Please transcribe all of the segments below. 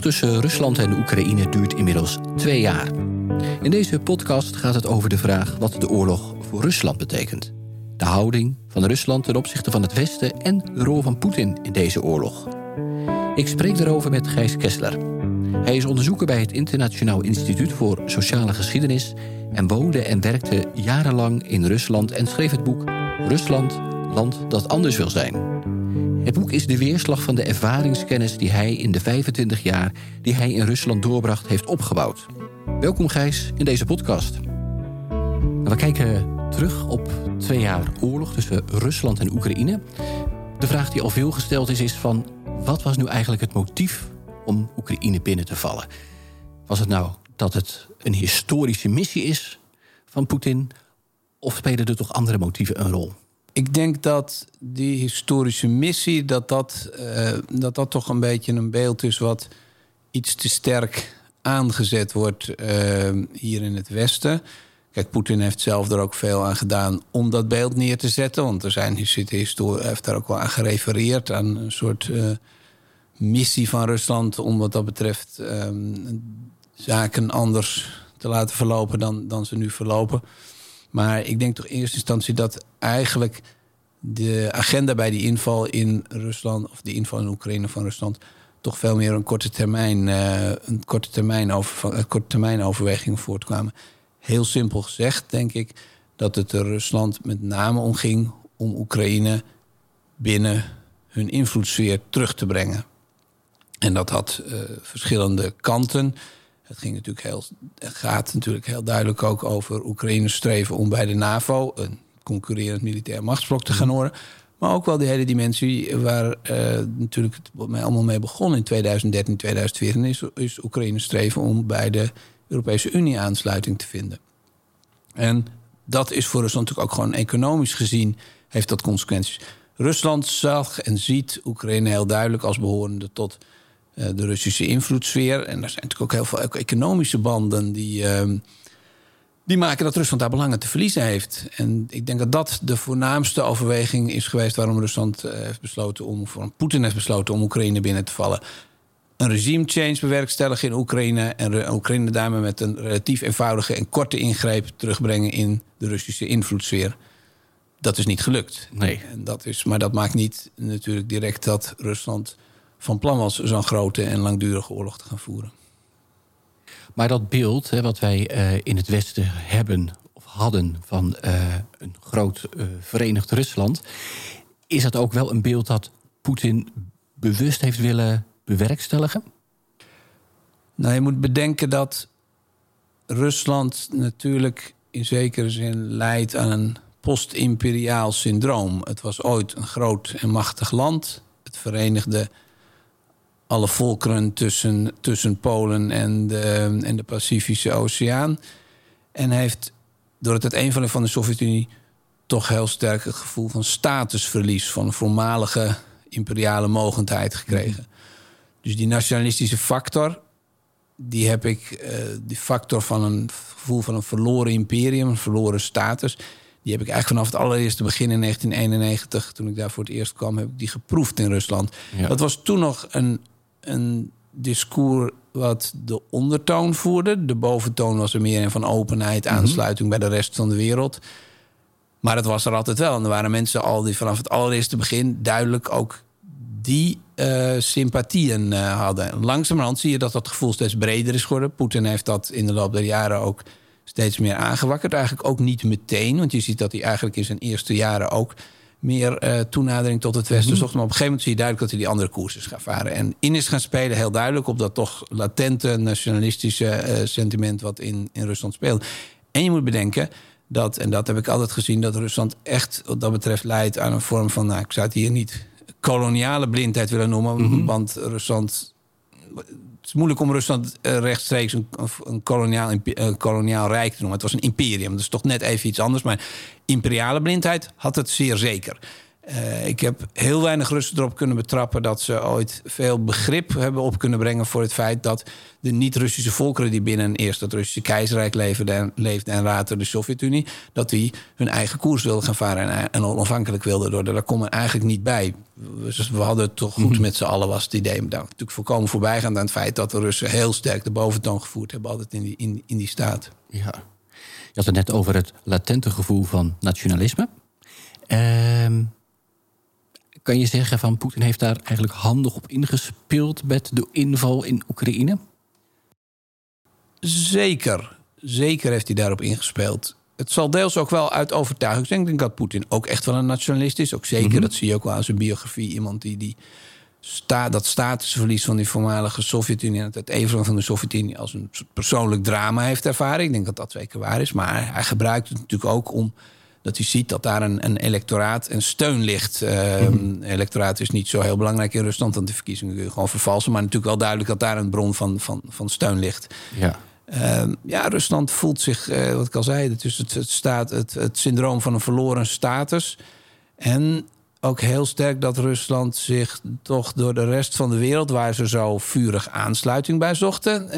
tussen Rusland en Oekraïne duurt inmiddels 2 jaar. In deze podcast gaat het over de vraag wat de oorlog voor Rusland betekent. De houding van Rusland ten opzichte van het Westen en de rol van Poetin in deze oorlog. Ik spreek daarover met Gijs Kessler. Hij is onderzoeker bij het Internationaal Instituut voor Sociale Geschiedenis en woonde en werkte jarenlang in Rusland en schreef het boek Rusland, land dat anders wil zijn. Het boek is de weerslag van de ervaringskennis die hij in de 25 jaar die hij in Rusland doorbracht heeft opgebouwd. Welkom Gijs in deze podcast. We kijken terug op 2 jaar oorlog tussen Rusland en Oekraïne. De vraag die al veel gesteld is van wat was nu eigenlijk het motief om Oekraïne binnen te vallen? Was het nou dat het een historische missie is van Poetin of spelen er toch andere motieven een rol? Ik denk dat die historische missie, dat toch een beetje een beeld is wat iets te sterk aangezet wordt hier in het Westen. Kijk, Poetin heeft zelf er ook veel aan gedaan om dat beeld neer te zetten. Want heeft daar ook wel aan gerefereerd, aan een soort missie van Rusland om wat dat betreft zaken anders te laten verlopen dan ze nu verlopen. Maar ik denk toch in eerste instantie dat eigenlijk de agenda bij die inval in Rusland, of die inval in Oekraïne van Rusland, toch veel meer een korte termijn overwegingen voortkwamen. Heel simpel gezegd denk ik dat het er Rusland met name om ging om Oekraïne binnen hun invloedssfeer terug te brengen. En dat had verschillende kanten. Het gaat natuurlijk heel duidelijk ook over Oekraïne's streven om bij de NAVO, een concurrerend militair machtsblok, te gaan horen. Maar ook wel die hele dimensie waar natuurlijk het allemaal mee begon in 2013, 2014... is Oekraïne's streven om bij de Europese Unie aansluiting te vinden. En dat is voor Rusland natuurlijk ook gewoon economisch gezien heeft dat consequenties. Rusland zag en ziet Oekraïne heel duidelijk als behorende tot de Russische invloedssfeer. En er zijn natuurlijk ook heel veel economische banden die maken dat Rusland daar belangen te verliezen heeft. En ik denk dat dat de voornaamste overweging is geweest waarom Poetin heeft besloten om Oekraïne binnen te vallen. Een regime change bewerkstelligen in Oekraïne en Oekraïne daarmee met een relatief eenvoudige en korte ingreep terugbrengen in de Russische invloedssfeer. Dat is niet gelukt. Nee. Maar dat maakt niet natuurlijk direct dat Rusland van plan was zo'n grote en langdurige oorlog te gaan voeren. Maar dat beeld wat wij in het Westen hebben of hadden van een groot verenigd Rusland, is dat ook wel een beeld dat Poetin bewust heeft willen bewerkstelligen? Nou, je moet bedenken dat Rusland natuurlijk in zekere zin lijdt aan een post-imperiaal syndroom. Het was ooit een groot en machtig land. Het verenigde alle volkeren tussen Polen en de Pacifische Oceaan. En heeft door het uiteenvallen van de Sovjet-Unie toch heel sterk het gevoel van statusverlies, van voormalige imperiale mogendheid gekregen. Dus die nationalistische factor, die factor van een gevoel van een verloren imperium, een verloren status, die heb ik eigenlijk vanaf het allereerste begin in 1991, toen ik daar voor het eerst kwam, heb ik die geproefd in Rusland. Ja. Dat was toen nog een discours wat de ondertoon voerde. De boventoon was er meer een van openheid, aansluiting bij de rest van de wereld. Maar het was er altijd wel. En er waren mensen al die vanaf het allereerste begin duidelijk ook die sympathieën hadden. Langzamerhand zie je dat gevoel steeds breder is geworden. Poetin heeft dat in de loop der jaren ook steeds meer aangewakkerd. Eigenlijk ook niet meteen, want je ziet dat hij eigenlijk in zijn eerste jaren ook meer toenadering tot het Westen zocht. Maar op een gegeven moment zie je duidelijk dat hij die andere koers is gaan varen. En in is gaan spelen, heel duidelijk, op dat toch latente nationalistische sentiment wat in Rusland speelt. En je moet bedenken dat, en dat heb ik altijd gezien, dat Rusland echt wat dat betreft leidt aan een vorm van, ik zou het hier niet koloniale blindheid willen noemen, want Rusland, het is moeilijk om Rusland rechtstreeks een koloniaal rijk te noemen. Het was een imperium, dat is toch net even iets anders. Maar imperiale blindheid had het zeer zeker. Ik heb heel weinig Russen erop kunnen betrappen dat ze ooit veel begrip hebben op kunnen brengen voor het feit dat de niet-Russische volkeren die binnen eerst het Russische keizerrijk leefden en later de Sovjet-Unie, dat die hun eigen koers wilden gaan varen en onafhankelijk wilden worden. Daar kon men eigenlijk niet bij. Dus we hadden het toch goed met z'n allen, was het idee. Maar natuurlijk volkomen voorbijgaand aan het feit dat de Russen heel sterk de boventoon gevoerd hebben altijd in die staat. Ja. Je had het net over het latente gevoel van nationalisme. Kan je zeggen van Poetin heeft daar eigenlijk handig op ingespeeld met de inval in Oekraïne? Zeker heeft hij daarop ingespeeld. Het zal deels ook wel uit overtuiging zijn. Ik denk dat Poetin ook echt wel een nationalist is. Ook zeker, dat zie je ook wel aan zijn biografie. Iemand die dat statusverlies van die voormalige Sovjet-Unie en het everen van de Sovjet-Unie als een persoonlijk drama heeft ervaren. Ik denk dat dat zeker waar is. Maar hij gebruikt het natuurlijk ook om dat hij ziet dat daar een electoraat en steun ligt. Electoraat is niet zo heel belangrijk in Rusland, want de verkiezingen kun je gewoon vervalsen. Maar natuurlijk wel duidelijk dat daar een bron van steun ligt. Ja. Rusland voelt zich, wat ik al zei, het syndroom van een verloren status. En ook heel sterk dat Rusland zich toch door de rest van de wereld, waar ze zo vurig aansluiting bij zochten,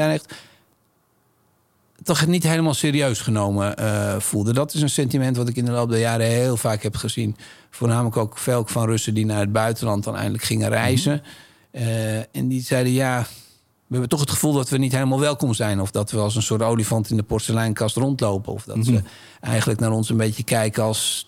toch niet helemaal serieus genomen voelde. Dat is een sentiment wat ik in de loop der jaren heel vaak heb gezien. Voornamelijk ook veel van Russen die naar het buitenland dan eindelijk gingen reizen. En die zeiden, we hebben toch het gevoel dat we niet helemaal welkom zijn. Of dat we als een soort olifant in de porseleinkast rondlopen. Of dat ze eigenlijk naar ons een beetje kijken als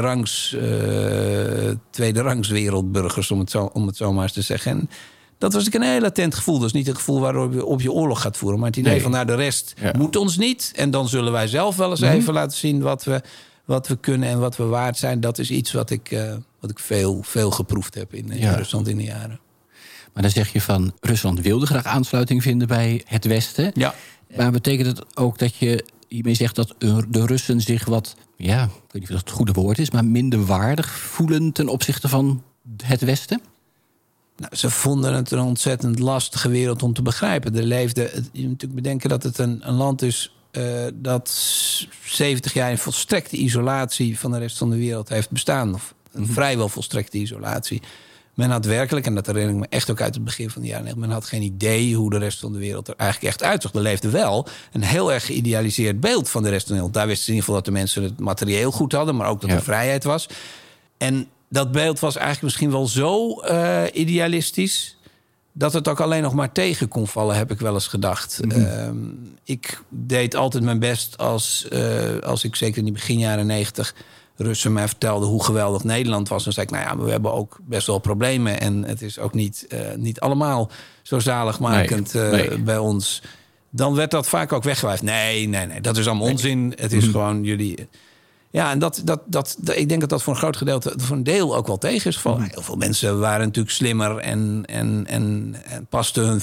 tweederangs wereldburgers, om het zo maar eens te zeggen. En dat was een heel latent gevoel. Dat is niet het gevoel waarop je oorlog gaat voeren. Maar het idee van de rest moet ons niet. En dan zullen wij zelf wel eens even laten zien wat we kunnen en wat we waard zijn. Dat is iets wat ik veel geproefd heb in Rusland in de jaren. Maar dan zeg je van, Rusland wilde graag aansluiting vinden bij het Westen. Ja. Maar betekent het ook dat je hiermee zegt dat de Russen zich wat, ik weet niet of dat het goede woord is, maar minder waardig voelen ten opzichte van het Westen? Nou, ze vonden het een ontzettend lastige wereld om te begrijpen. Je moet natuurlijk bedenken dat het een land is dat 70 jaar in volstrekte isolatie van de rest van de wereld heeft bestaan. Of een vrijwel volstrekte isolatie. Men had werkelijk, en dat herinner ik me echt ook uit het begin van de jaren 90... men had geen idee hoe de rest van de wereld er eigenlijk echt uitzag. Er leefde wel een heel erg geïdealiseerd beeld van de rest van de wereld. Daar wisten ze in ieder geval dat de mensen het materieel goed hadden, maar ook dat er vrijheid was. En dat beeld was eigenlijk misschien wel zo idealistisch dat het ook alleen nog maar tegen kon vallen, heb ik wel eens gedacht. Ik deed altijd mijn best als ik zeker in die begin jaren 90... Russen mij vertelden hoe geweldig Nederland was. Dan zei ik, maar we hebben ook best wel problemen. En het is ook niet allemaal zo zaligmakend bij ons. Dan werd dat vaak ook weggewuifd. Nee, dat is allemaal onzin. Het is gewoon jullie. Ja, en ik denk dat dat voor een groot gedeelte, voor een deel ook wel tegen is. Heel veel mensen waren natuurlijk slimmer en pasten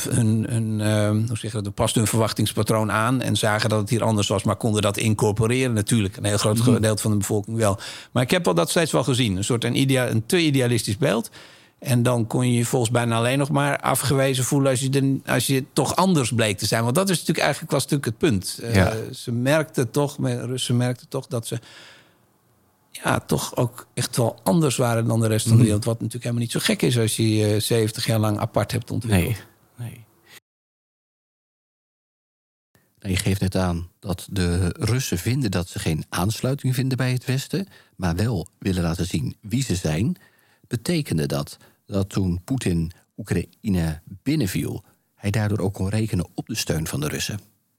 hun verwachtingspatroon aan en zagen dat het hier anders was, maar konden dat incorporeren. Natuurlijk, een heel groot gedeelte van de bevolking wel. Maar ik heb dat steeds wel gezien. Een soort een te idealistisch beeld. En dan kon je je volgens bijna alleen nog maar afgewezen voelen als je toch anders bleek te zijn. Want dat is natuurlijk was het punt. Russen merkten toch dat ze toch ook echt wel anders waren dan de rest van de wereld. Wat natuurlijk helemaal niet zo gek is als je 70 jaar lang apart hebt ontwikkeld. Nee. Je geeft net aan dat de Russen vinden dat ze geen aansluiting vinden bij het Westen, maar wel willen laten zien wie ze zijn. Betekende dat toen Poetin Oekraïne binnenviel, hij daardoor ook kon rekenen op de steun van de Russen?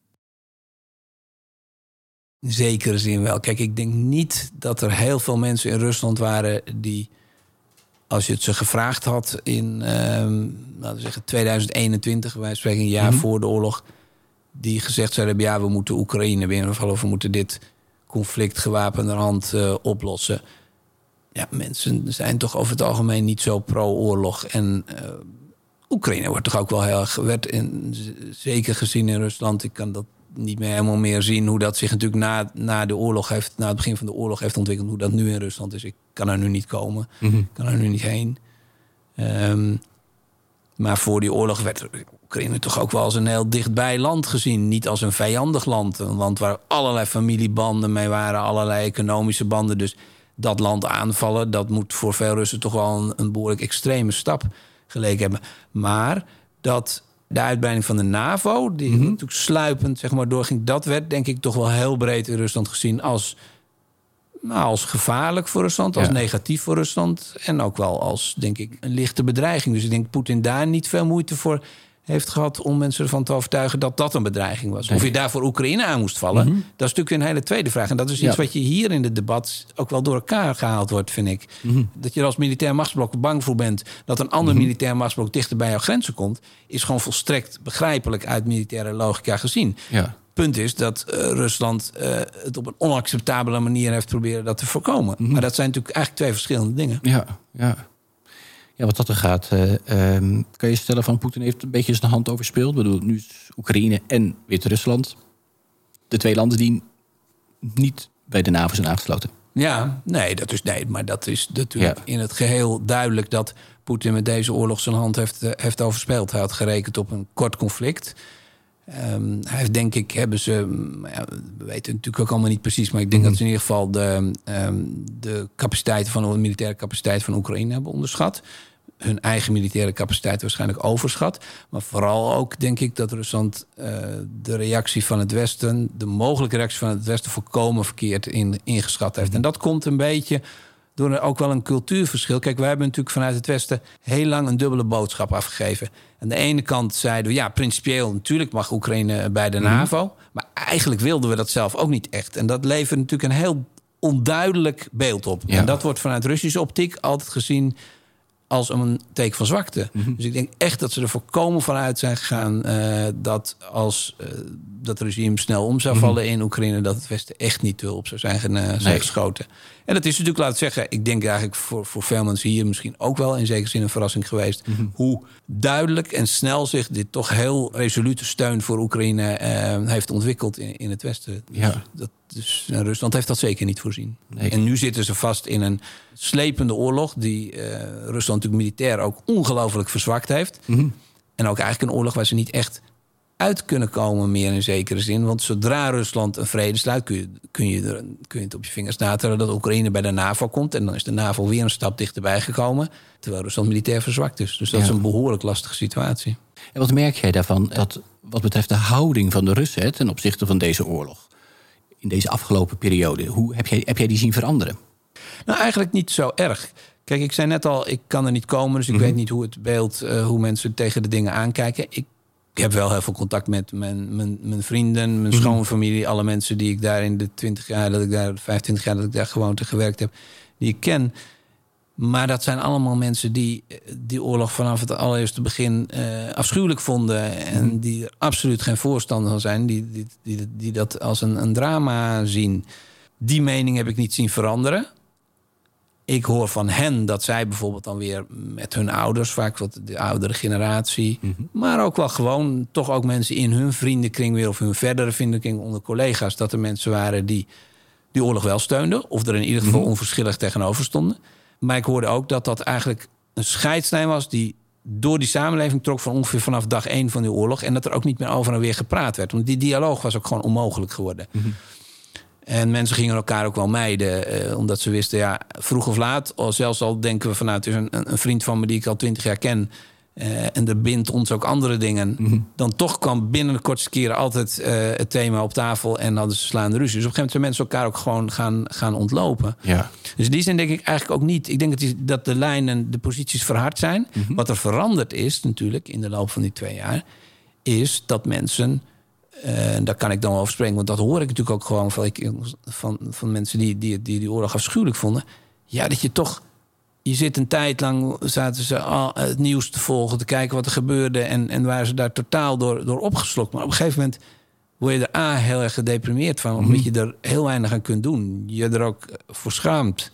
In zekere zin wel. Kijk, ik denk niet dat er heel veel mensen in Rusland waren die, als je het ze gevraagd had in laten we zeggen 2021, wij spreken een jaar voor de oorlog, die gezegd zouden hebben, we moeten Oekraïne binnenvallen of we moeten dit conflict gewapenderhand oplossen. Ja, mensen zijn toch over het algemeen niet zo pro-oorlog. En Oekraïne wordt toch ook wel heel erg, zeker gezien in Rusland. Ik kan dat niet meer helemaal meer zien hoe dat zich natuurlijk na het begin van de oorlog heeft ontwikkeld. Hoe dat nu in Rusland is. Ik kan er nu niet komen. Ik kan er nu niet heen. Maar voor die oorlog werd Oekraïne toch ook wel als een heel dichtbij land gezien. Niet als een vijandig land. Een land waar allerlei familiebanden mee waren, allerlei economische banden. Dus dat land aanvallen, dat moet voor veel Russen toch wel een behoorlijk extreme stap geleken hebben. Maar dat de uitbreiding van de NAVO, die natuurlijk sluipend zeg maar doorging, dat werd denk ik toch wel heel breed in Rusland gezien als gevaarlijk voor Rusland, als negatief voor Rusland en ook wel als, denk ik, een lichte bedreiging. Dus ik denk Poetin daar niet veel moeite voor heeft gehad om mensen ervan te overtuigen dat dat een bedreiging was. Nee. Of je daarvoor Oekraïne aan moest vallen, dat is natuurlijk weer een hele tweede vraag. En dat is iets wat je hier in het debat ook wel door elkaar gehaald wordt, vind ik. Dat je er als militair machtsblok bang voor bent dat een ander militair machtsblok dichter bij jouw grenzen komt, is gewoon volstrekt begrijpelijk uit militaire logica gezien. Ja. Punt is dat Rusland het op een onacceptabele manier heeft proberen dat te voorkomen. Maar dat zijn natuurlijk eigenlijk twee verschillende dingen. Ja, wat dat er gaat, kan je stellen van Poetin heeft een beetje zijn hand overspeeld. Ik bedoel, nu is Oekraïne en Wit-Rusland de twee landen die niet bij de NAVO zijn aangesloten. Maar dat is natuurlijk in het geheel duidelijk dat Poetin met deze oorlog zijn hand heeft overspeeld. Hij had gerekend op een kort conflict. Hij heeft, denk ik, we weten natuurlijk ook allemaal niet precies, maar ik denk dat ze in ieder geval de capaciteiten van de militaire capaciteit van Oekraïne hebben onderschat. Hun eigen militaire capaciteit waarschijnlijk overschat. Maar vooral ook denk ik dat Rusland de reactie van het Westen, de mogelijke reactie van het Westen, volkomen verkeerd ingeschat heeft. En dat komt een beetje door ook wel een cultuurverschil. Kijk, wij hebben natuurlijk vanuit het Westen heel lang een dubbele boodschap afgegeven. Aan de ene kant zeiden we, principieel natuurlijk mag Oekraïne bij de NAVO. Maar eigenlijk wilden we dat zelf ook niet echt. En dat levert natuurlijk een heel onduidelijk beeld op. Ja. En dat wordt vanuit Russische optiek altijd gezien als een teken van zwakte. Dus ik denk echt dat ze er volkomen vanuit zijn gegaan dat als dat regime snel om zou vallen in Oekraïne, dat het Westen echt niet te hulp zou zijn geschoten. En dat is natuurlijk, laat ik zeggen, ik denk eigenlijk voor veel mensen hier misschien ook wel in zekere zin een verrassing geweest. Hoe duidelijk en snel zich dit toch heel resolute steun voor Oekraïne heeft ontwikkeld in het Westen. Dus Rusland heeft dat zeker niet voorzien. Nee. En nu zitten ze vast in een slepende oorlog die Rusland natuurlijk militair ook ongelooflijk verzwakt heeft. En ook eigenlijk een oorlog waar ze niet echt uit kunnen komen meer in zekere zin. Want zodra Rusland een vrede sluit, kun je het op je vingers natellen dat Oekraïne bij de NAVO komt. En dan is de NAVO weer een stap dichterbij gekomen, terwijl Rusland militair verzwakt is. Dus dat is een behoorlijk lastige situatie. En wat merk jij daarvan, dat wat betreft de houding van de Russen ten opzichte van deze oorlog? In deze afgelopen periode, hoe heb jij die zien veranderen? Nou, eigenlijk niet zo erg. Kijk, ik zei net al, ik kan er niet komen, dus ik weet niet hoe het beeld, hoe mensen tegen de dingen aankijken. Ik heb wel heel veel contact met mijn vrienden, mijn schoonfamilie, alle mensen die ik daar in de 25 jaar dat ik daar gewoond en gewerkt heb, die ik ken. Maar dat zijn allemaal mensen die die oorlog vanaf het allereerste begin afschuwelijk vonden. En die er absoluut geen voorstander van zijn. Die dat als een drama zien. Die mening heb ik niet zien veranderen. Ik hoor van hen dat zij bijvoorbeeld dan weer met hun ouders, vaak wat de oudere generatie, maar ook wel gewoon toch ook mensen in hun vriendenkring weer of hun verdere vriendenkring onder collega's, dat er mensen waren die oorlog wel steunden of er in ieder geval onverschillig tegenover stonden. Maar ik hoorde ook dat eigenlijk een scheidslijn was die door die samenleving trok van ongeveer vanaf dag 1 van die oorlog. En dat er ook niet meer over en weer gepraat werd. Want die dialoog was ook gewoon onmogelijk geworden. En mensen gingen elkaar ook wel mijden. Omdat ze wisten, vroeg of laat, zelfs al denken we vanuit het is een vriend van me die ik al 20 jaar ken. En er bindt ons ook andere dingen. Dan toch kwam binnen de kortste keren altijd het thema op tafel en hadden ze slaande ruzie. Dus op een gegeven moment zijn mensen elkaar ook gewoon gaan ontlopen. Ja. Dus in die zin denk ik eigenlijk ook niet. Ik denk dat de lijnen, de posities verhard zijn. Wat er veranderd is natuurlijk in de loop van die 2 jaar, is dat mensen, daar kan ik dan wel over spreken, want dat hoor ik natuurlijk ook gewoon van mensen die oorlog afschuwelijk vonden. Ja, dat je toch, je zit een tijd lang, zaten ze het nieuws te volgen, te kijken wat er gebeurde en waren ze daar totaal door opgeslokt. Maar op een gegeven moment word je er heel erg gedeprimeerd van, omdat je er heel weinig aan kunt doen. Je er ook voor schaamt.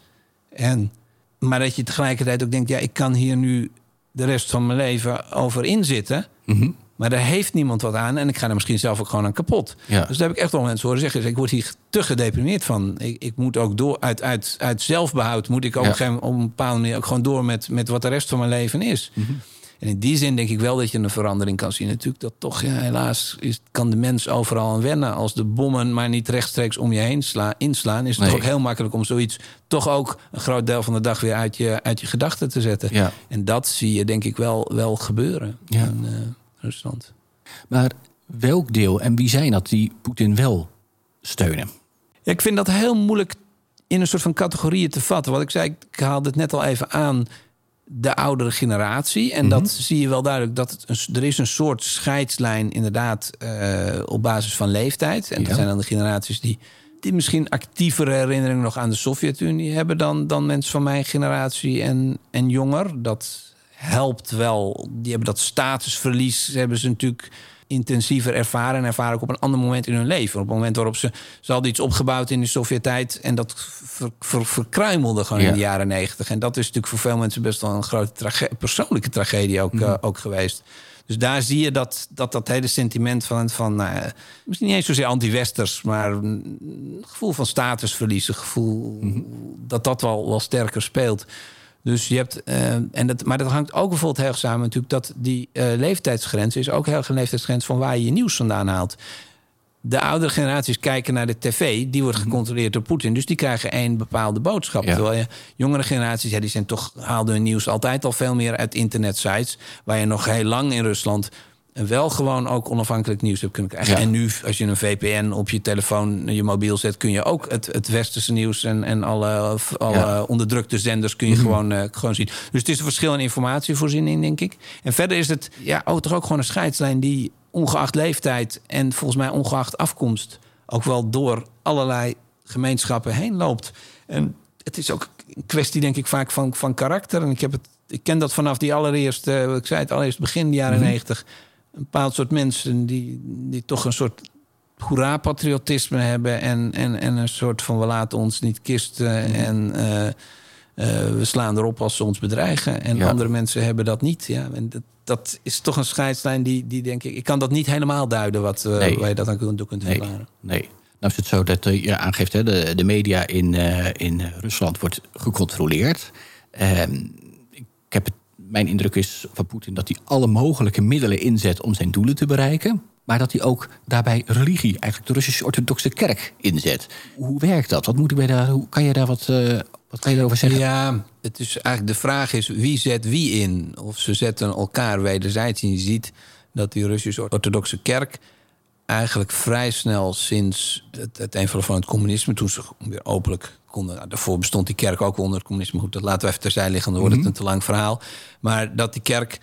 Maar dat je tegelijkertijd ook denkt, ik kan hier nu de rest van mijn leven over inzitten. Maar daar heeft niemand wat aan. En ik ga er misschien zelf ook gewoon aan kapot. Ja. Dus daar heb ik echt wel mensen horen zeggen. Ik word hier te gedeprimeerd van. Ik moet ook door, uit zelfbehoud moet ik ook op een bepaalde manier ook gewoon door met wat de rest van mijn leven is. En in die zin denk ik wel dat je een verandering kan zien. Natuurlijk dat toch, helaas kan de mens overal aan wennen. Als de bommen maar niet rechtstreeks om je heen inslaan... is het toch ook heel makkelijk om zoiets toch ook een groot deel van de dag weer uit je gedachten te zetten. Ja. En dat zie je denk ik wel gebeuren in Rusland. Maar welk deel en wie zijn dat die Poetin wel steunen? Ja, ik vind dat heel moeilijk in een soort van categorieën te vatten. Wat ik zei, ik haalde het net al even aan, de oudere generatie. En dat zie je wel duidelijk, dat er is een soort scheidslijn inderdaad op basis van leeftijd. En dat zijn dan de generaties die misschien actievere herinneringen nog aan de Sovjet-Unie hebben dan mensen van mijn generatie en jonger. Dat helpt wel. Die hebben dat statusverlies, hebben ze natuurlijk intensiever ervaren en ervaren ook op een ander moment in hun leven. Op het moment waarop ze hadden iets opgebouwd in de Sovjet-tijd en dat verkruimelde gewoon in de jaren 90. En dat is natuurlijk voor veel mensen best wel een grote persoonlijke tragedie ook geweest. Dus daar zie je dat hele sentiment van misschien niet eens zozeer anti-westers, maar een gevoel van statusverlies, een gevoel dat wel sterker speelt. Dus je hebt, maar dat hangt ook bijvoorbeeld heel samen natuurlijk dat die leeftijdsgrens is ook heel erg een leeftijdsgrens van waar je je nieuws vandaan haalt. De oudere generaties kijken naar de tv, die wordt gecontroleerd door Poetin, dus die krijgen één bepaalde boodschap. Ja. Terwijl je jongere generaties, die zijn haalden hun nieuws altijd al veel meer uit internetsites, waar je nog heel lang in Rusland wel gewoon ook onafhankelijk nieuws hebt kunnen krijgen. Ja. En nu, als je een VPN op je telefoon, je mobiel zet, kun je ook het westerse nieuws en alle onderdrukte zenders kun je gewoon zien. Dus het is een verschil in informatievoorziening, denk ik. En verder is het toch ook gewoon een scheidslijn die ongeacht leeftijd en volgens mij ongeacht afkomst ook wel door allerlei gemeenschappen heen loopt. En het is ook een kwestie, denk ik, vaak van karakter. En ik ken dat vanaf die allereerste, ik zei het allereerst begin de jaren 90... een bepaald soort mensen die toch een soort hoera-patriotisme hebben en een soort van we laten ons niet kisten en we slaan erop als ze ons bedreigen. En andere mensen hebben dat niet. Ja. En dat is toch een scheidslijn die denk ik kan dat niet helemaal duiden waar je dat aan kunt verklaren. Nee. Nou is het zo dat je aangeeft, de media in Rusland wordt gecontroleerd. Ik heb mijn indruk is van Poetin dat hij alle mogelijke middelen inzet om zijn doelen te bereiken. Maar dat hij ook daarbij religie, eigenlijk de Russische orthodoxe kerk, inzet. Hoe werkt dat? Hoe kan je daar wat kan je daarover zeggen? Ja, het is eigenlijk de vraag is wie zet wie in? Of ze zetten elkaar wederzijds. En je ziet dat die Russische orthodoxe kerk eigenlijk vrij snel sinds het eenvallen van het communisme, toen ze weer openlijk konden. Daarvoor bestond die kerk ook onder het communisme. Goed, dat laten we even terzijde liggen, dan wordt het een te lang verhaal. Maar dat die kerk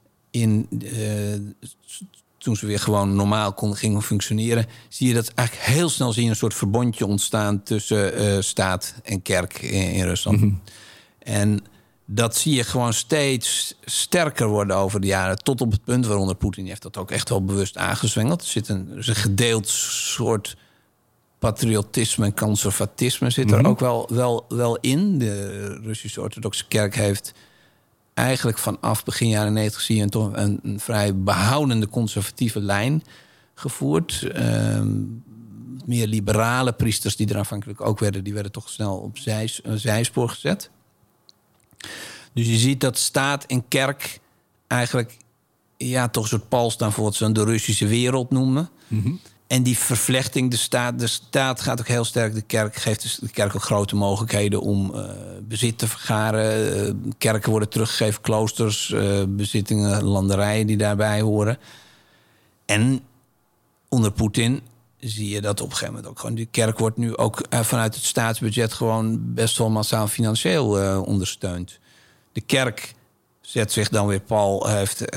toen ze weer gewoon normaal gingen functioneren, zie je dat eigenlijk heel snel een soort verbondje ontstaan tussen staat en kerk in Rusland. En dat zie je gewoon steeds sterker worden over de jaren, tot op het punt waaronder Poetin heeft dat ook echt wel bewust aangezwengeld. Er zit een gedeeld soort patriotisme en conservatisme zit er ook wel in. De Russische orthodoxe kerk heeft eigenlijk vanaf begin jaren 90 zie je toch een vrij behoudende conservatieve lijn gevoerd. Meer liberale priesters die er aanvankelijk ook werden, die werden toch snel op zijspoor gezet. Dus je ziet dat staat en kerk eigenlijk toch een soort pal staan voor wat ze de Russische wereld noemen. En die vervlechting, de staat gaat ook heel sterk. De kerk geeft de kerk ook grote mogelijkheden om bezit te vergaren. Kerken worden teruggegeven, kloosters, bezittingen, landerijen die daarbij horen. En onder Poetin zie je dat op een gegeven moment ook gewoon die kerk wordt nu ook vanuit het staatsbudget gewoon best wel massaal financieel ondersteund. De kerk zet zich dan weer pal,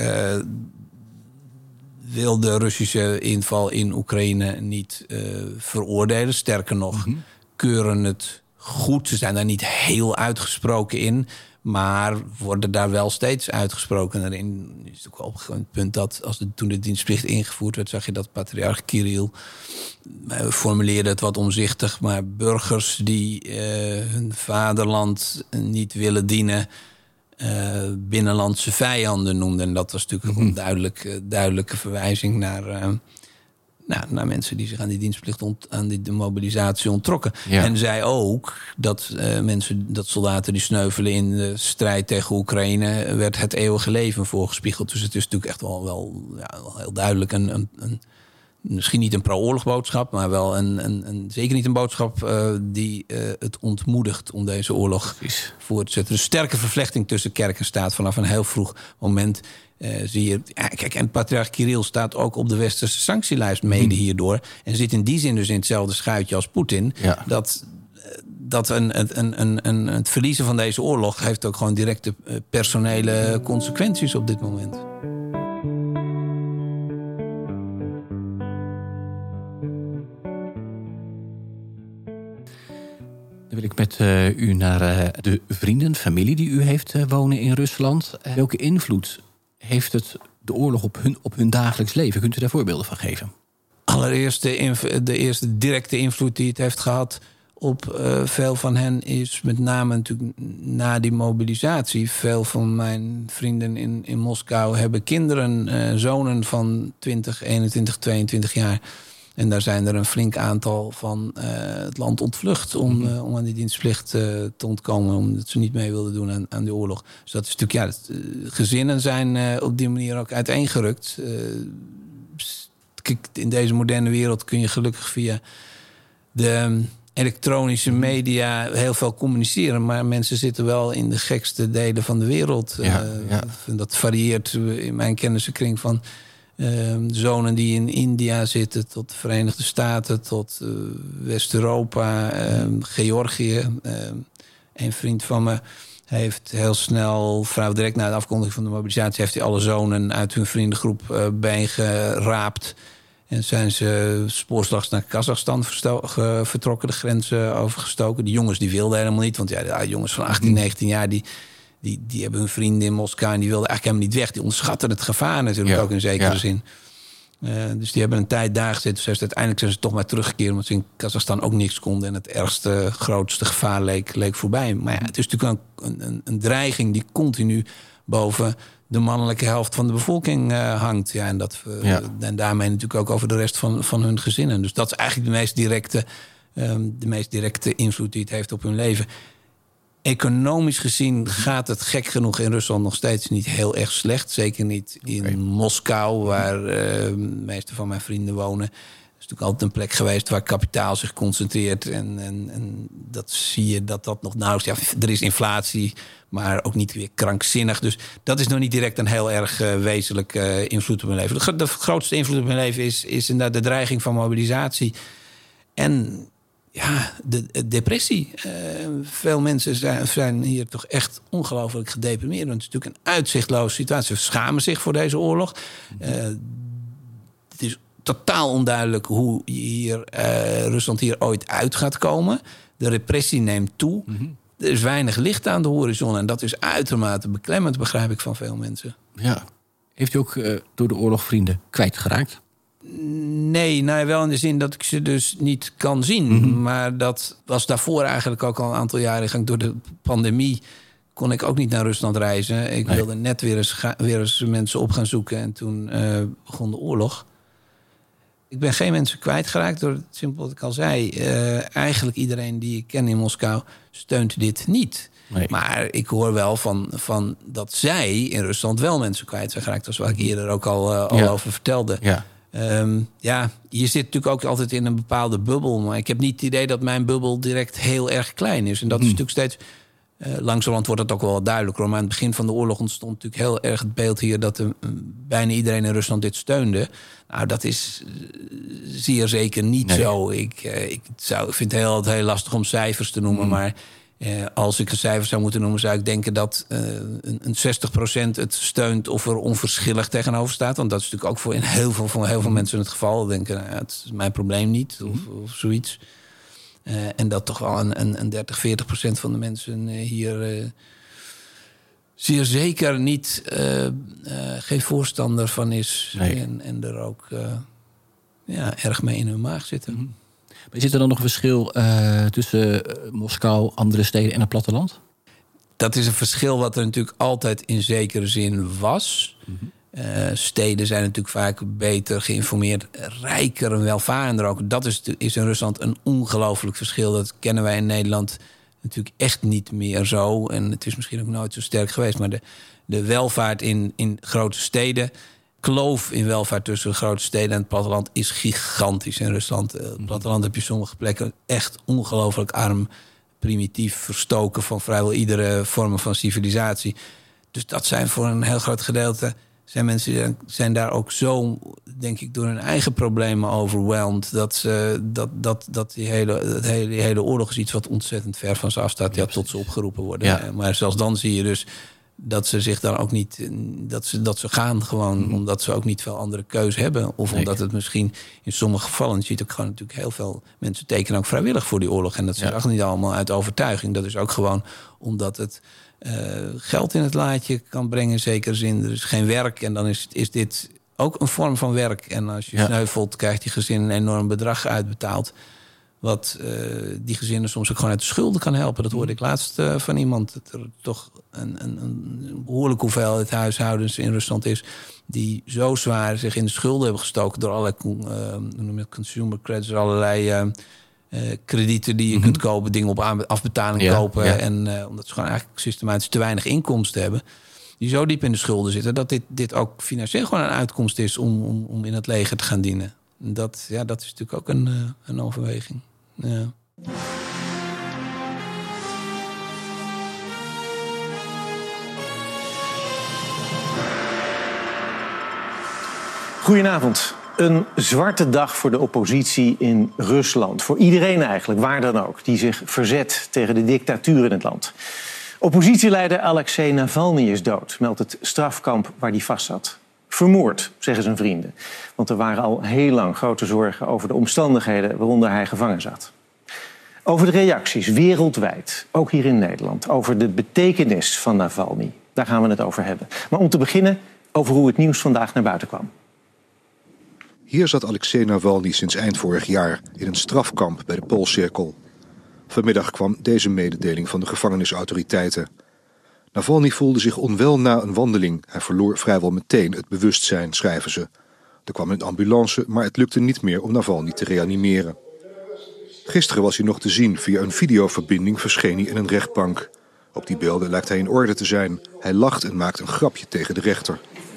wil de Russische inval in Oekraïne niet veroordelen. Sterker nog, keuren het goed. Ze zijn daar niet heel uitgesproken in, maar worden daar wel steeds uitgesproken erin. Het is ook op een punt dat toen de dienstplicht ingevoerd werd, zag je dat patriarch Kirill formuleerde het wat omzichtig, maar burgers die hun vaderland niet willen dienen, binnenlandse vijanden noemden. En dat was natuurlijk een duidelijke verwijzing naar mensen die zich aan die dienstplicht, aan die mobilisatie onttrokken. Ja. En zei ook dat soldaten die sneuvelen in de strijd tegen Oekraïne, werd het eeuwige leven voorgespiegeld. Dus het is natuurlijk echt wel heel duidelijk misschien niet een pro-oorlogboodschap, maar wel zeker niet een boodschap die het ontmoedigt om deze oorlog voor te zetten. Dus sterke vervlechting tussen kerk en staat vanaf een heel vroeg moment. Zie je, kijk, en patriarch Kirill staat ook op de westerse sanctielijst mede hierdoor. En zit in die zin dus in hetzelfde schuitje als Poetin. Ja. Dat het verliezen van deze oorlog heeft ook gewoon directe personele consequenties op dit moment. Dan wil ik met u naar de vrienden, familie die u heeft wonen in Rusland. Welke invloed heeft de oorlog op hun dagelijks leven? Kunt u daar voorbeelden van geven? Allereerst de eerste directe invloed die het heeft gehad op veel van hen is met name natuurlijk na die mobilisatie. Veel van mijn vrienden in Moskou hebben kinderen, zonen van 20, 21, 22 jaar. En daar zijn er een flink aantal van het land ontvlucht om aan die dienstplicht te ontkomen, omdat ze niet mee wilden doen aan de oorlog. Dus dat is natuurlijk, gezinnen zijn op die manier ook uiteengerukt. In deze moderne wereld kun je gelukkig via de elektronische media heel veel communiceren, maar mensen zitten wel in de gekste delen van de wereld. Dat varieert in mijn kennissenkring van zonen die in India zitten, tot de Verenigde Staten, tot West-Europa, Georgië. Een vriend van me heeft heel snel, direct na de afkondiging van de mobilisatie, heeft hij alle zonen uit hun vriendengroep bijeengeraapt. En zijn ze spoorslags naar Kazachstan vertrokken, de grenzen overgestoken. Die jongens die wilden helemaal niet, want jongens van 18, 19 jaar die hebben hun vrienden in Moskou en die wilden eigenlijk helemaal niet weg. Die onderschatten het gevaar natuurlijk ook in zekere zin. Dus die hebben een tijd daar gezeten. Dus uiteindelijk zijn ze toch maar teruggekeerd, omdat ze in Kazachstan ook niks konden en het ergste, grootste gevaar leek voorbij. Maar het is natuurlijk een dreiging die continu boven de mannelijke helft van de bevolking hangt. En daarmee natuurlijk ook over de rest van hun gezinnen. Dus dat is eigenlijk de meest directe invloed die het heeft op hun leven. Economisch gezien gaat het gek genoeg in Rusland nog steeds niet heel erg slecht. Zeker niet in Moskou, waar de meeste van mijn vrienden wonen. Het is natuurlijk altijd een plek geweest waar kapitaal zich concentreert. En dat zie je dat nog nauwelijks... Ja, er is inflatie, maar ook niet weer krankzinnig. Dus dat is nog niet direct een heel erg wezenlijke invloed op mijn leven. De grootste invloed op mijn leven is inderdaad de dreiging van mobilisatie. En de depressie. Veel mensen zijn hier toch echt ongelooflijk gedeprimeerd. Want het is natuurlijk een uitzichtloze situatie. Ze schamen zich voor deze oorlog. Het is totaal onduidelijk hoe Rusland hier ooit uit gaat komen. De repressie neemt toe. Er is weinig licht aan de horizon. En dat is uitermate beklemmend, begrijp ik van veel mensen. Ja. Heeft u ook door de oorlog vrienden kwijtgeraakt? Nee, wel in de zin dat ik ze dus niet kan zien. Maar dat was daarvoor eigenlijk ook al een aantal jaren in gang. Door de pandemie kon ik ook niet naar Rusland reizen. Ik wilde net weer eens mensen op gaan zoeken. En toen begon de oorlog. Ik ben geen mensen kwijtgeraakt door het simpel wat ik al zei. Eigenlijk iedereen die ik ken in Moskou steunt dit niet. Nee. Maar ik hoor wel van dat zij in Rusland wel mensen kwijt zijn geraakt. Dat is waar ik eerder ook al over vertelde. Ja. Je zit natuurlijk ook altijd in een bepaalde bubbel. Maar ik heb niet het idee dat mijn bubbel direct heel erg klein is. En dat is natuurlijk steeds... langzamerhand wordt het ook wel duidelijker. Maar aan het begin van de oorlog ontstond natuurlijk heel erg het beeld hier... dat bijna iedereen in Rusland dit steunde. Nou, dat is zeer zeker niet zo. Ik vind het heel lastig om cijfers te noemen. Maar als ik een cijfer zou moeten noemen... zou ik denken dat een 60% het steunt of er onverschillig tegenover staat. Want dat is natuurlijk ook voor heel veel mensen het geval. Denken, het is mijn probleem niet of zoiets. En dat toch wel een 30-40% van de mensen hier zeer zeker niet geen voorstander van is. Nee. En er ook erg mee in hun maag zitten. Maar zit er dan nog een verschil tussen Moskou, andere steden en het platteland? Dat is een verschil wat er natuurlijk altijd in zekere zin was. Steden zijn natuurlijk vaak beter geïnformeerd, rijker en welvarender ook. Dat is in Rusland een ongelooflijk verschil. Dat kennen wij in Nederland natuurlijk echt niet meer zo. En het is misschien ook nooit zo sterk geweest. Maar de welvaart in grote steden, kloof in welvaart tussen de grote steden en het platteland is gigantisch in Rusland. Het platteland heb je sommige plekken echt ongelooflijk arm, primitief, verstoken van vrijwel iedere vorm van civilisatie. Dus dat zijn voor een heel groot gedeelte zijn mensen die zijn daar ook zo, denk ik, door hun eigen problemen overwhelmed. Dat die hele oorlog is iets wat ontzettend ver van ze afstaat. Ja, tot ze opgeroepen worden. Ja. Maar zelfs dan zie je dus dat ze zich dan ook niet, dat ze gaan gewoon omdat ze ook niet veel andere keuze hebben. Of omdat het misschien in sommige gevallen, je ziet ook gewoon natuurlijk heel veel mensen tekenen ook vrijwillig voor die oorlog. En dat is ook niet allemaal uit overtuiging. Dat is ook gewoon omdat het geld in het laadje kan brengen, in zekere zin. Er is geen werk en dan is dit ook een vorm van werk. En als je sneuvelt, krijgt die gezin een enorm bedrag uitbetaald. Wat die gezinnen soms ook gewoon uit de schulden kan helpen. Dat hoorde ik laatst van iemand. Dat er toch een behoorlijke hoeveelheid huishoudens in Rusland is die zo zwaar zich in de schulden hebben gestoken door allerlei consumer credits, allerlei kredieten die je kunt kopen, dingen op afbetaling kopen. Ja. En omdat ze gewoon eigenlijk systematisch te weinig inkomsten hebben, die zo diep in de schulden zitten, dat dit ook financieel gewoon een uitkomst is om in het leger te gaan dienen. Dat is natuurlijk ook een overweging. Ja. Goedenavond. Een zwarte dag voor de oppositie in Rusland. Voor iedereen eigenlijk, waar dan ook, die zich verzet tegen de dictatuur in het land. Oppositieleider Alexei Navalny is dood, meldt het strafkamp waar hij vastzat. Vermoord, zeggen zijn vrienden. Want er waren al heel lang grote zorgen over de omstandigheden waaronder hij gevangen zat. Over de reacties wereldwijd, ook hier in Nederland, over de betekenis van Navalny. Daar gaan we het over hebben. Maar om te beginnen over hoe het nieuws vandaag naar buiten kwam. Hier zat Alexei Navalny sinds eind vorig jaar in een strafkamp bij de Poolcirkel. Vanmiddag kwam deze mededeling van de gevangenisautoriteiten. Navalny voelde zich onwel na een wandeling. Hij verloor vrijwel meteen het bewustzijn, schrijven ze. Er kwam een ambulance, maar het lukte niet meer om Navalny te reanimeren. Gisteren was hij nog te zien. Via een videoverbinding verscheen hij in een rechtbank. Op die beelden lijkt hij in orde te zijn. Hij lacht en maakt een grapje tegen de rechter.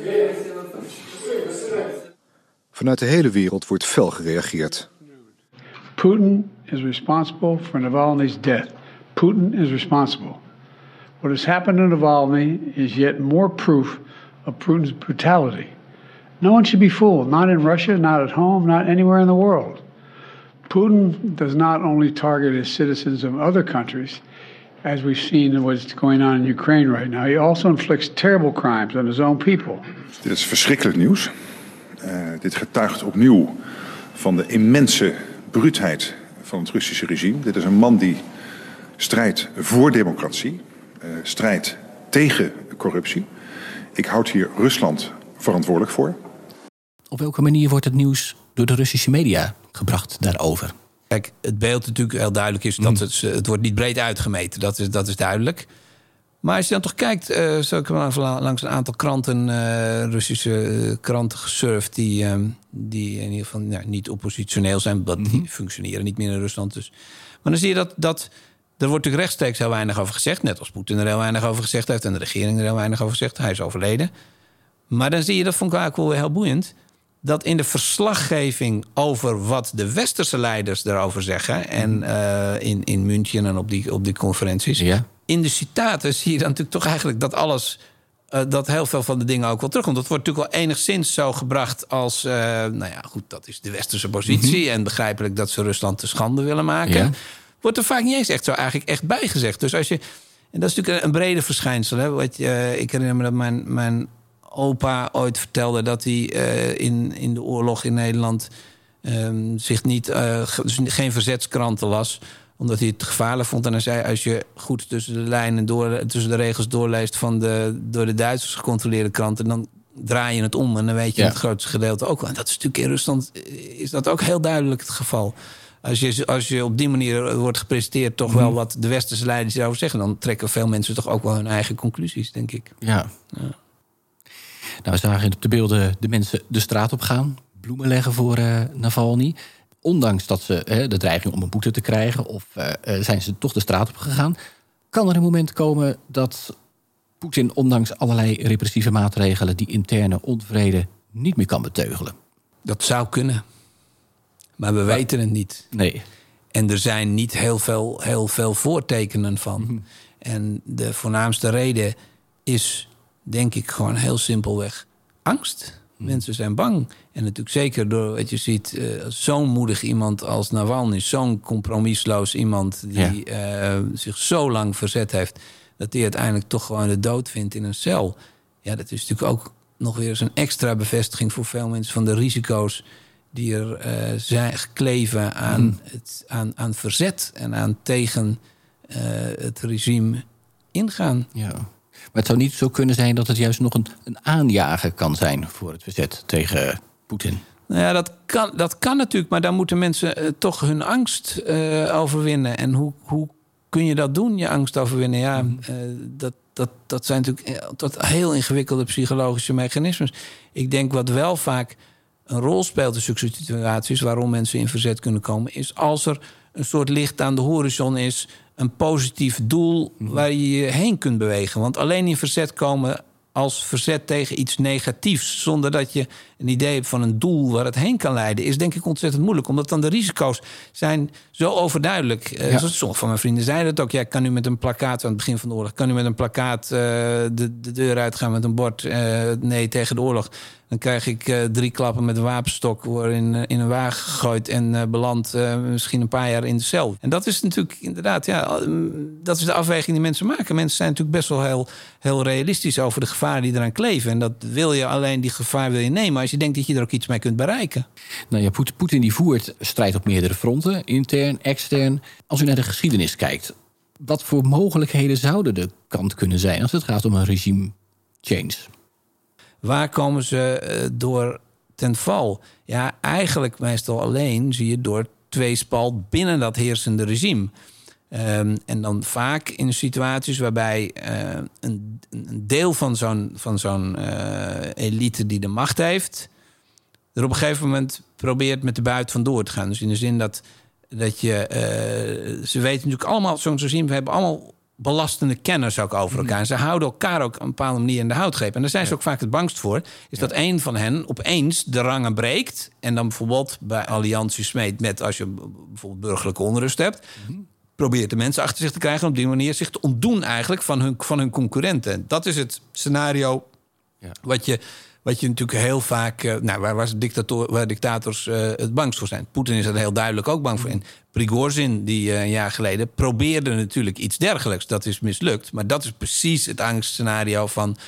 Vanuit de hele wereld wordt fel gereageerd. Putin is responsible for Navalny's death. Putin is responsible. What has happened to Navalny is yet more proof of Putin's brutality. No one should be fooled, not in Russia, not at home, not anywhere in the world. Putin does not only target his citizens of other countries, as we've seen what's going on in Ukraine right now. He also inflicts terrible crimes on his own people. Dit is verschrikkelijk nieuws. Dit getuigt opnieuw van de immense bruutheid van het Russische regime. Dit is een man die strijdt voor democratie, strijdt tegen corruptie. Ik houd hier Rusland verantwoordelijk voor. Op welke manier wordt het nieuws door de Russische media gebracht daarover? Kijk, het beeld natuurlijk heel duidelijk is dat het wordt niet breed uitgemeten. Dat is duidelijk. Maar als je dan toch kijkt, zo ik heb langs een aantal kranten, Russische kranten gesurfd, die in ieder geval niet oppositioneel zijn, want die functioneren niet meer in Rusland. Dus. Maar dan zie je dat er wordt natuurlijk rechtstreeks heel weinig over gezegd, net als Poetin er heel weinig over gezegd heeft en de regering er heel weinig over gezegd. Hij is overleden. Maar dan zie je, dat vond ik eigenlijk wel heel boeiend, dat in de verslaggeving over wat de westerse leiders daarover zeggen, en in München en op die conferenties, in de citaten zie je dan natuurlijk toch eigenlijk dat alles, dat heel veel van de dingen ook wel terugkomt. Dat wordt natuurlijk wel enigszins zo gebracht als, dat is de westerse positie en begrijpelijk dat ze Rusland te schande willen maken. Ja. Wordt er vaak niet eens echt zo eigenlijk echt bijgezegd. Dus als je, en dat is natuurlijk een brede verschijnsel. Hè? Ik herinner me dat mijn opa ooit vertelde dat hij in de oorlog in Nederland zich niet, dus geen verzetskranten las, omdat hij het gevaarlijk vond. En hij zei, als je goed tussen de lijnen tussen de regels doorleest van de door de Duitsers gecontroleerde kranten, dan draai je het om en dan weet je het grootste gedeelte ook wel. En dat is natuurlijk in Rusland is dat ook heel duidelijk het geval. Als je op die manier wordt gepresenteerd toch wel wat de westerse leiders erover zeggen, dan trekken veel mensen toch ook wel hun eigen conclusies, denk ik. Ja. Nou, we zagen op de beelden de mensen de straat op gaan, bloemen leggen voor Navalny. Ondanks dat ze de dreiging om een boete te krijgen, of zijn ze toch de straat op gegaan. Kan er een moment komen dat Poetin, ondanks allerlei repressieve maatregelen, die interne onvrede niet meer kan beteugelen? Dat zou kunnen. Maar we weten het niet. Nee. En er zijn niet heel veel voortekenen van. Mm-hmm. En de voornaamste reden is, denk ik, gewoon heel simpelweg angst. Mensen zijn bang. En natuurlijk zeker door wat je ziet, zo'n moedig iemand als Navalny, zo'n compromisloos iemand die zich zo lang verzet heeft, dat hij uiteindelijk toch gewoon de dood vindt in een cel. Ja, dat is natuurlijk ook nog weer eens een extra bevestiging voor veel mensen van de risico's die er zijn gekleven aan verzet en aan tegen het regime ingaan. Ja. Maar het zou niet zo kunnen zijn dat het juist nog een aanjager kan zijn voor het verzet tegen Poetin. Nou ja, dat kan natuurlijk, maar dan moeten mensen toch hun angst overwinnen. En hoe kun je dat doen, je angst overwinnen? Ja, dat zijn natuurlijk heel ingewikkelde psychologische mechanismes. Ik denk wat wel vaak een rol speelt in zulke situaties waarom mensen in verzet kunnen komen, is als er een soort licht aan de horizon is, een positief doel waar je je heen kunt bewegen. Want alleen in verzet komen als verzet tegen iets negatiefs, zonder dat je een idee hebt van een doel waar het heen kan leiden, is denk ik ontzettend moeilijk. Omdat dan de risico's zijn zo overduidelijk. Sommige van mijn vrienden zeiden het ook. Ja, ik kan nu met een plakkaat aan het begin van de oorlog, kan nu met een plakkaat de deur uitgaan met een bord nee tegen de oorlog. Dan krijg ik 3 klappen met een wapenstok, word in een wagen gegooid en beland misschien een paar jaar in de cel. En dat is natuurlijk inderdaad, dat is de afweging die mensen maken. Mensen zijn natuurlijk best wel heel realistisch over de gevaren die eraan kleven. En dat wil je alleen, die gevaar wil je nemen als je denkt dat je er ook iets mee kunt bereiken. Nou ja, Poetin die voert strijd op meerdere fronten, intern, extern. Als u naar de geschiedenis kijkt, wat voor mogelijkheden zouden de kant kunnen zijn als het gaat om een regime change? Waar komen ze door ten val? Ja, eigenlijk meestal alleen zie je door tweespalt binnen dat heersende regime. En dan vaak in situaties waarbij een deel van zo'n elite die de macht heeft, er op een gegeven moment probeert met de buit vandoor te gaan. Dus in de zin dat je ze weten natuurlijk allemaal, zo'n regime, we hebben allemaal belastende kennis ook over elkaar. En ze houden elkaar ook op een bepaalde manier in de houtgreep. En daar zijn ze ook vaak het bangst voor. Is dat een van hen opeens de rangen breekt. En dan bijvoorbeeld bij allianties smeet met, als je bijvoorbeeld burgerlijke onrust hebt, probeert de mensen achter zich te krijgen en op die manier zich te ontdoen eigenlijk van hun concurrenten. Dat is het scenario wat je natuurlijk heel vaak, waar dictators het bangst voor zijn. Poetin is er heel duidelijk ook bang voor. En Prigozhin, die een jaar geleden probeerde natuurlijk iets dergelijks. Dat is mislukt. Maar dat is precies het angstscenario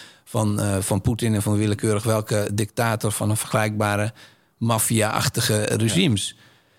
van Poetin en van willekeurig welke dictator van een vergelijkbare maffia-achtige regimes.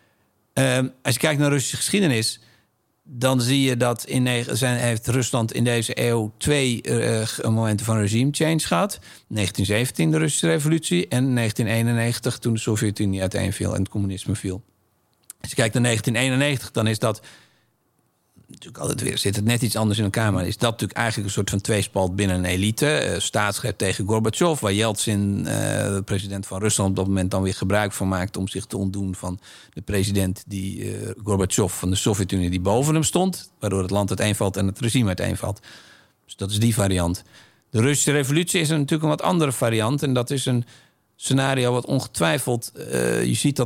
Als je kijkt naar Russische geschiedenis, dan zie je dat heeft Rusland in deze eeuw 2 momenten van regime change gehad. 1917, de Russische revolutie, en 1991, toen de Sovjet-Unie uiteenviel en het communisme viel. Als je kijkt naar 1991, dan is dat natuurlijk altijd weer, zit het net iets anders in elkaar, maar is dat natuurlijk eigenlijk een soort van tweespalt binnen een elite. Staatsgreep tegen Gorbachev, waar Yeltsin, de president van Rusland, op dat moment dan weer gebruik van maakt om zich te ontdoen van de president die Gorbachev van de Sovjet-Unie die boven hem stond, waardoor het land uiteenvalt en het regime uiteenvalt. Dus dat is die variant. De Russische revolutie is natuurlijk een wat andere variant en dat is een scenario wat ongetwijfeld, je ziet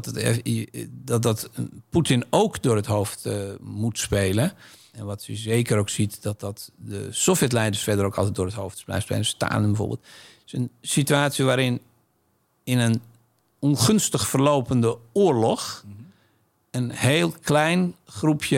dat Poetin ook door het hoofd moet spelen. En wat je zeker ook ziet, dat de Sovjetleiders verder ook altijd door het hoofd blijven spelen. Stalin bijvoorbeeld. Het is een situatie waarin in een ongunstig verlopende oorlog een heel klein groepje,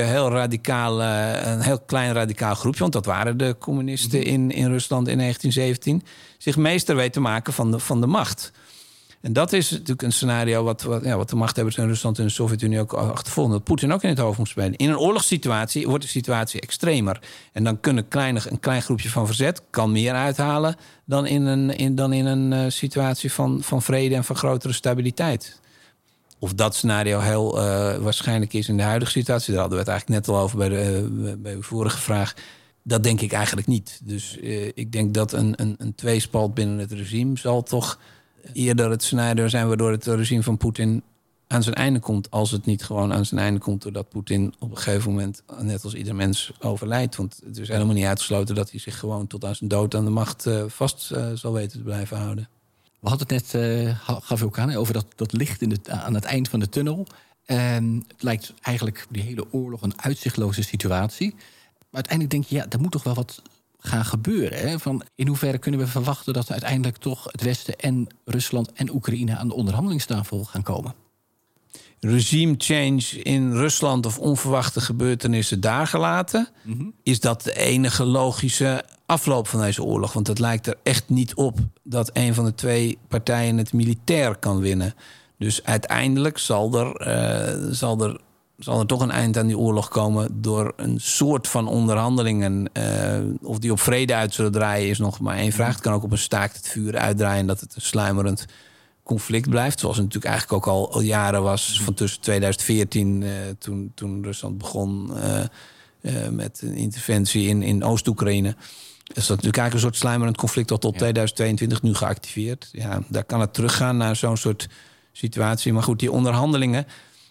een heel klein radicaal groepje, want dat waren de communisten in Rusland in 1917, zich meester weet te maken van de macht. En dat is natuurlijk een scenario wat de machthebbers in Rusland en de Sovjet-Unie ook achtervolgen. Dat Poetin ook in het hoofd moet spelen. In een oorlogssituatie wordt de situatie extremer. En dan kan een klein groepje van verzet kan meer uithalen dan in een situatie van vrede en van grotere stabiliteit. Of dat scenario heel waarschijnlijk is in de huidige situatie, daar hadden we het eigenlijk net al over bij de vorige vraag. Dat denk ik eigenlijk niet. Dus ik denk dat een tweespalt binnen het regime zal toch eerder het scenario zijn waardoor het regime van Poetin aan zijn einde komt, als het niet gewoon aan zijn einde komt doordat Poetin op een gegeven moment, net als ieder mens, overlijdt. Want het is helemaal niet uitgesloten dat hij zich gewoon tot aan zijn dood aan de macht vast zal weten te blijven houden. We hadden het net, gaf u ook aan, over dat licht aan het eind van de tunnel. Het lijkt eigenlijk die hele oorlog een uitzichtloze situatie. Maar uiteindelijk denk je, er moet toch wel wat gaan gebeuren. Hè? Van in hoeverre kunnen we verwachten dat uiteindelijk toch het Westen en Rusland en Oekraïne aan de onderhandelingstafel gaan komen? Regime change in Rusland of onverwachte gebeurtenissen daar gelaten, is dat de enige logische afloop van deze oorlog. Want het lijkt er echt niet op dat een van de twee partijen het militair kan winnen. Dus uiteindelijk zal er toch een eind aan die oorlog komen door een soort van onderhandelingen. Of die op vrede uit zullen draaien is nog maar één vraag. Het kan ook op een staakt het vuur uitdraaien, dat het een sluimerend conflict blijft. Zoals het natuurlijk eigenlijk ook al jaren was, van tussen 2014, toen Rusland begon met een interventie in Oost-Oekraïne. Is dat natuurlijk eigenlijk een soort sluimerend conflict tot 2022 nu geactiveerd. Ja, daar kan het teruggaan naar zo'n soort situatie. Maar goed, die onderhandelingen,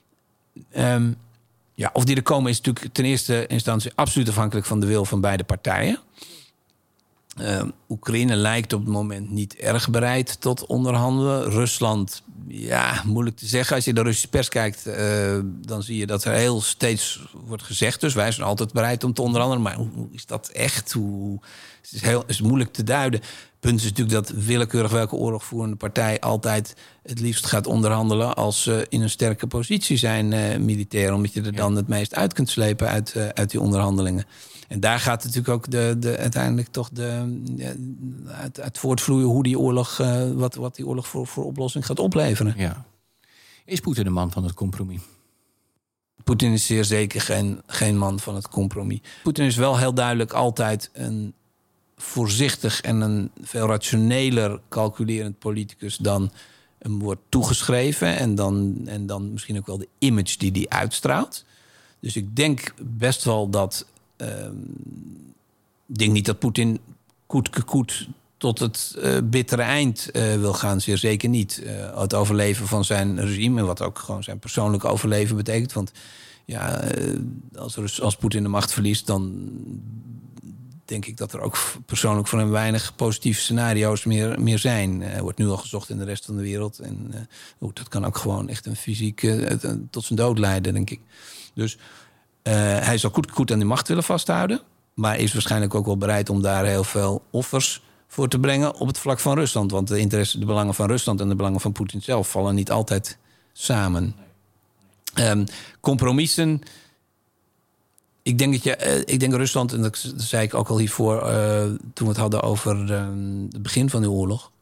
of die er komen, is natuurlijk ten eerste instantie absoluut afhankelijk van de wil van beide partijen. Oekraïne lijkt op het moment niet erg bereid tot onderhandelen. Rusland, moeilijk te zeggen. Als je de Russische pers kijkt, dan zie je dat er heel steeds wordt gezegd. Dus wij zijn altijd bereid om te onderhandelen. Maar hoe is dat echt? Het is moeilijk te duiden. Het punt is natuurlijk dat willekeurig welke oorlogvoerende partij altijd het liefst gaat onderhandelen als ze in een sterke positie zijn militair. Omdat je er dan het meest uit kunt slepen uit die onderhandelingen. En daar gaat natuurlijk ook uiteindelijk toch uit voortvloeien hoe die oorlog, wat die oorlog voor oplossing gaat opleveren. Ja. Is Poetin een man van het compromis? Poetin is zeer zeker geen man van het compromis. Poetin is wel heel duidelijk altijd een voorzichtig en een veel rationeler calculerend politicus dan hem wordt toegeschreven. En dan misschien ook wel de image die hij uitstraalt. Dus ik denk best wel dat ik denk niet dat Poetin koet tot het bittere eind wil gaan. Zeer zeker niet. Het overleven van zijn regime, en wat ook gewoon zijn persoonlijke overleven betekent. Want als Poetin de macht verliest, dan denk ik dat er ook persoonlijk voor hem weinig positieve scenario's meer zijn. Er wordt nu al gezocht in de rest van de wereld. En dat kan ook gewoon echt een fysiek tot zijn dood leiden, denk ik. Dus hij zal goed aan die macht willen vasthouden, maar is waarschijnlijk ook wel bereid om daar heel veel offers voor te brengen op het vlak van Rusland. Want de belangen van Rusland en de belangen van Poetin zelf vallen niet altijd samen. Compromissen. Ik denk Rusland, en dat zei ik ook al hiervoor toen we het hadden over het begin van de oorlog.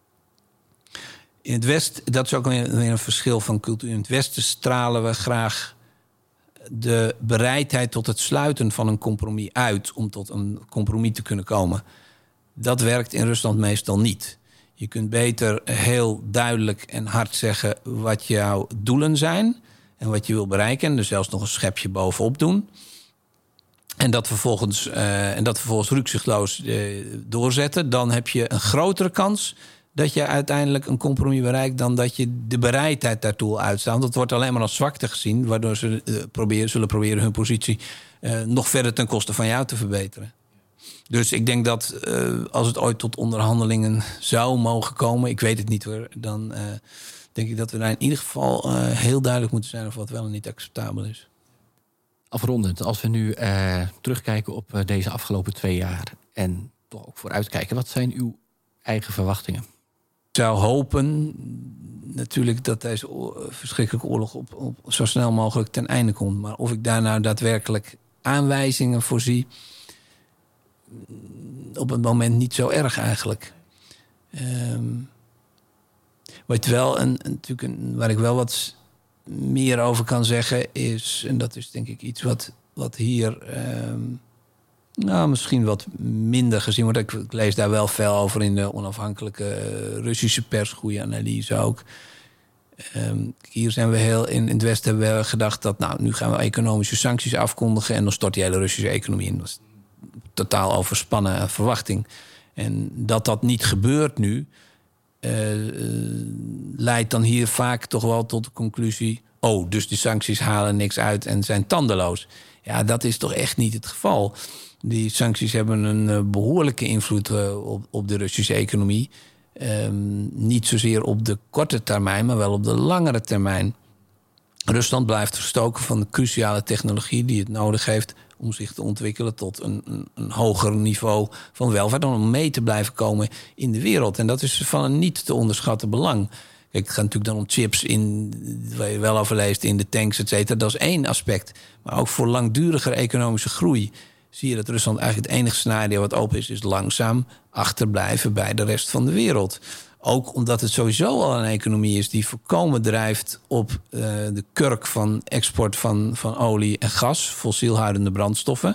In het Westen, dat is ook weer een verschil van cultuur. In het Westen stralen we graag de bereidheid tot het sluiten van een compromis uit om tot een compromis te kunnen komen. Dat werkt in Rusland meestal niet. Je kunt beter heel duidelijk en hard zeggen wat jouw doelen zijn en wat je wil bereiken, en er zelfs nog een schepje bovenop doen. En dat vervolgens rukzichtloos doorzetten. Dan heb je een grotere kans dat je uiteindelijk een compromis bereikt dan dat je de bereidheid daartoe uitstaat. Dat wordt alleen maar als zwakte gezien, waardoor ze zullen proberen hun positie nog verder ten koste van jou te verbeteren. Dus ik denk dat als het ooit tot onderhandelingen zou mogen komen, ik weet het niet hoor, dan denk ik dat we daar in ieder geval heel duidelijk moeten zijn of wat wel en niet acceptabel is. Afrondend, als we nu terugkijken op deze afgelopen 2 jaar en toch ook vooruitkijken, wat zijn uw eigen verwachtingen? Ik zou hopen natuurlijk dat deze verschrikkelijke oorlog op zo snel mogelijk ten einde komt. Maar of ik daar nou daadwerkelijk aanwijzingen voor zie, op het moment niet zo erg eigenlijk. Waar ik wel wat meer over kan zeggen is, en dat is denk ik iets wat hier misschien wat minder gezien wordt. Ik lees daar wel veel over in de onafhankelijke Russische pers, goede analyse ook. Hier zijn we in het Westen hebben we gedacht dat nu gaan we economische sancties afkondigen en dan stort die hele Russische economie in. Dat is totaal overspannen verwachting. En dat niet gebeurt nu, leidt dan hier vaak toch wel tot de conclusie... dus de sancties halen niks uit en zijn tandeloos. Ja, dat is toch echt niet het geval. Die sancties hebben een behoorlijke invloed op de Russische economie. Niet zozeer op de korte termijn, maar wel op de langere termijn. Rusland blijft verstoken van de cruciale technologie die het nodig heeft om zich te ontwikkelen tot een hoger niveau van welvaart, om mee te blijven komen in de wereld. En dat is van een niet te onderschatten belang. Kijk, het gaat natuurlijk dan om chips waar je wel over leest, in de tanks, et cetera. Dat is één aspect. Maar ook voor langdurige economische groei zie je dat Rusland eigenlijk het enige scenario wat open is langzaam achterblijven bij de rest van de wereld. Ook omdat het sowieso al een economie is die volkomen drijft op de kurk van export van olie en gas, fossielhoudende brandstoffen.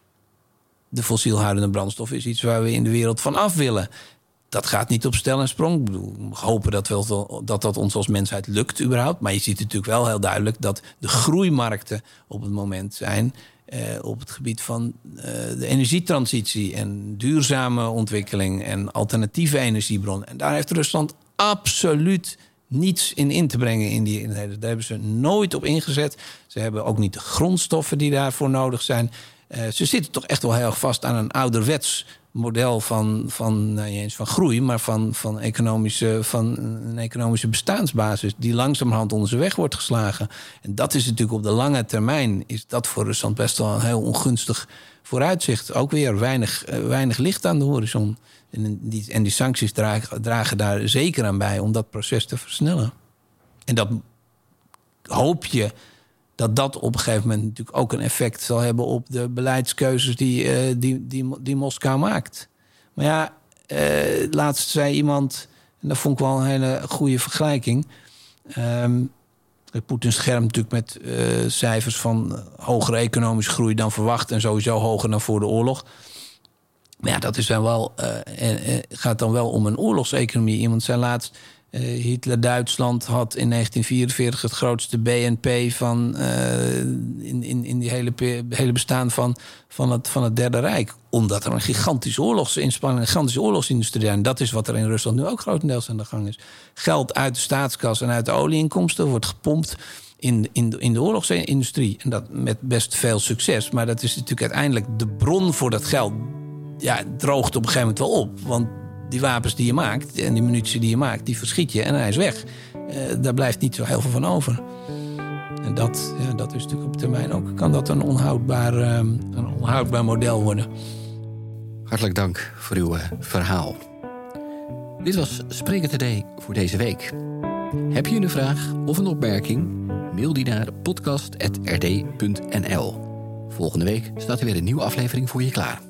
De fossielhoudende brandstoffen is iets waar we in de wereld van af willen. Dat gaat niet op stel en sprong. Ik bedoel, we hopen dat ons als mensheid lukt überhaupt. Maar je ziet natuurlijk wel heel duidelijk dat de groeimarkten op het moment zijn op het gebied van de energietransitie en duurzame ontwikkeling en alternatieve energiebronnen. En daar heeft Rusland absoluut niets in te brengen in die eenheden. Daar hebben ze nooit op ingezet. Ze hebben ook niet de grondstoffen die daarvoor nodig zijn. Ze zitten toch echt wel heel erg vast aan een ouderwets model van niet eens van groei, maar van een economische bestaansbasis die langzamerhand onder zijn weg wordt geslagen. En dat is natuurlijk op de lange termijn is dat voor Rusland best wel een heel ongunstig vooruitzicht. Ook weer weinig licht aan de horizon. En die sancties dragen daar zeker aan bij om dat proces te versnellen. En dat hoop je dat op een gegeven moment natuurlijk ook een effect zal hebben op de beleidskeuzes die Moskou maakt. Maar ja, laatst zei iemand, en dat vond ik wel een hele goede vergelijking. Poetin schermt natuurlijk met cijfers van hogere economische groei dan verwacht en sowieso hoger dan voor de oorlog. Maar ja, dat is dan wel, gaat dan wel om een oorlogseconomie. Iemand zei laatst, Hitler-Duitsland had in 1944 het grootste BNP van in die hele bestaan van het Derde Rijk. Omdat er een gigantische oorlogsinspanning, een gigantische oorlogsindustrie is. En dat is wat er in Rusland nu ook grotendeels aan de gang is. Geld uit de staatskas en uit de olieinkomsten wordt gepompt in de oorlogsindustrie. En dat met best veel succes. Maar dat is natuurlijk uiteindelijk de bron voor dat geld. Ja, droogt op een gegeven moment wel op. Want die wapens die je maakt en die munitie die je maakt, die verschiet je en hij is weg. Daar blijft niet zo heel veel van over. En dat is natuurlijk op termijn ook, kan dat een onhoudbaar model worden. Hartelijk dank voor uw verhaal. Dit was Spreker Today voor deze week. Heb je een vraag of een opmerking? Mail die naar podcast@rd.nl. Volgende week staat er weer een nieuwe aflevering voor je klaar.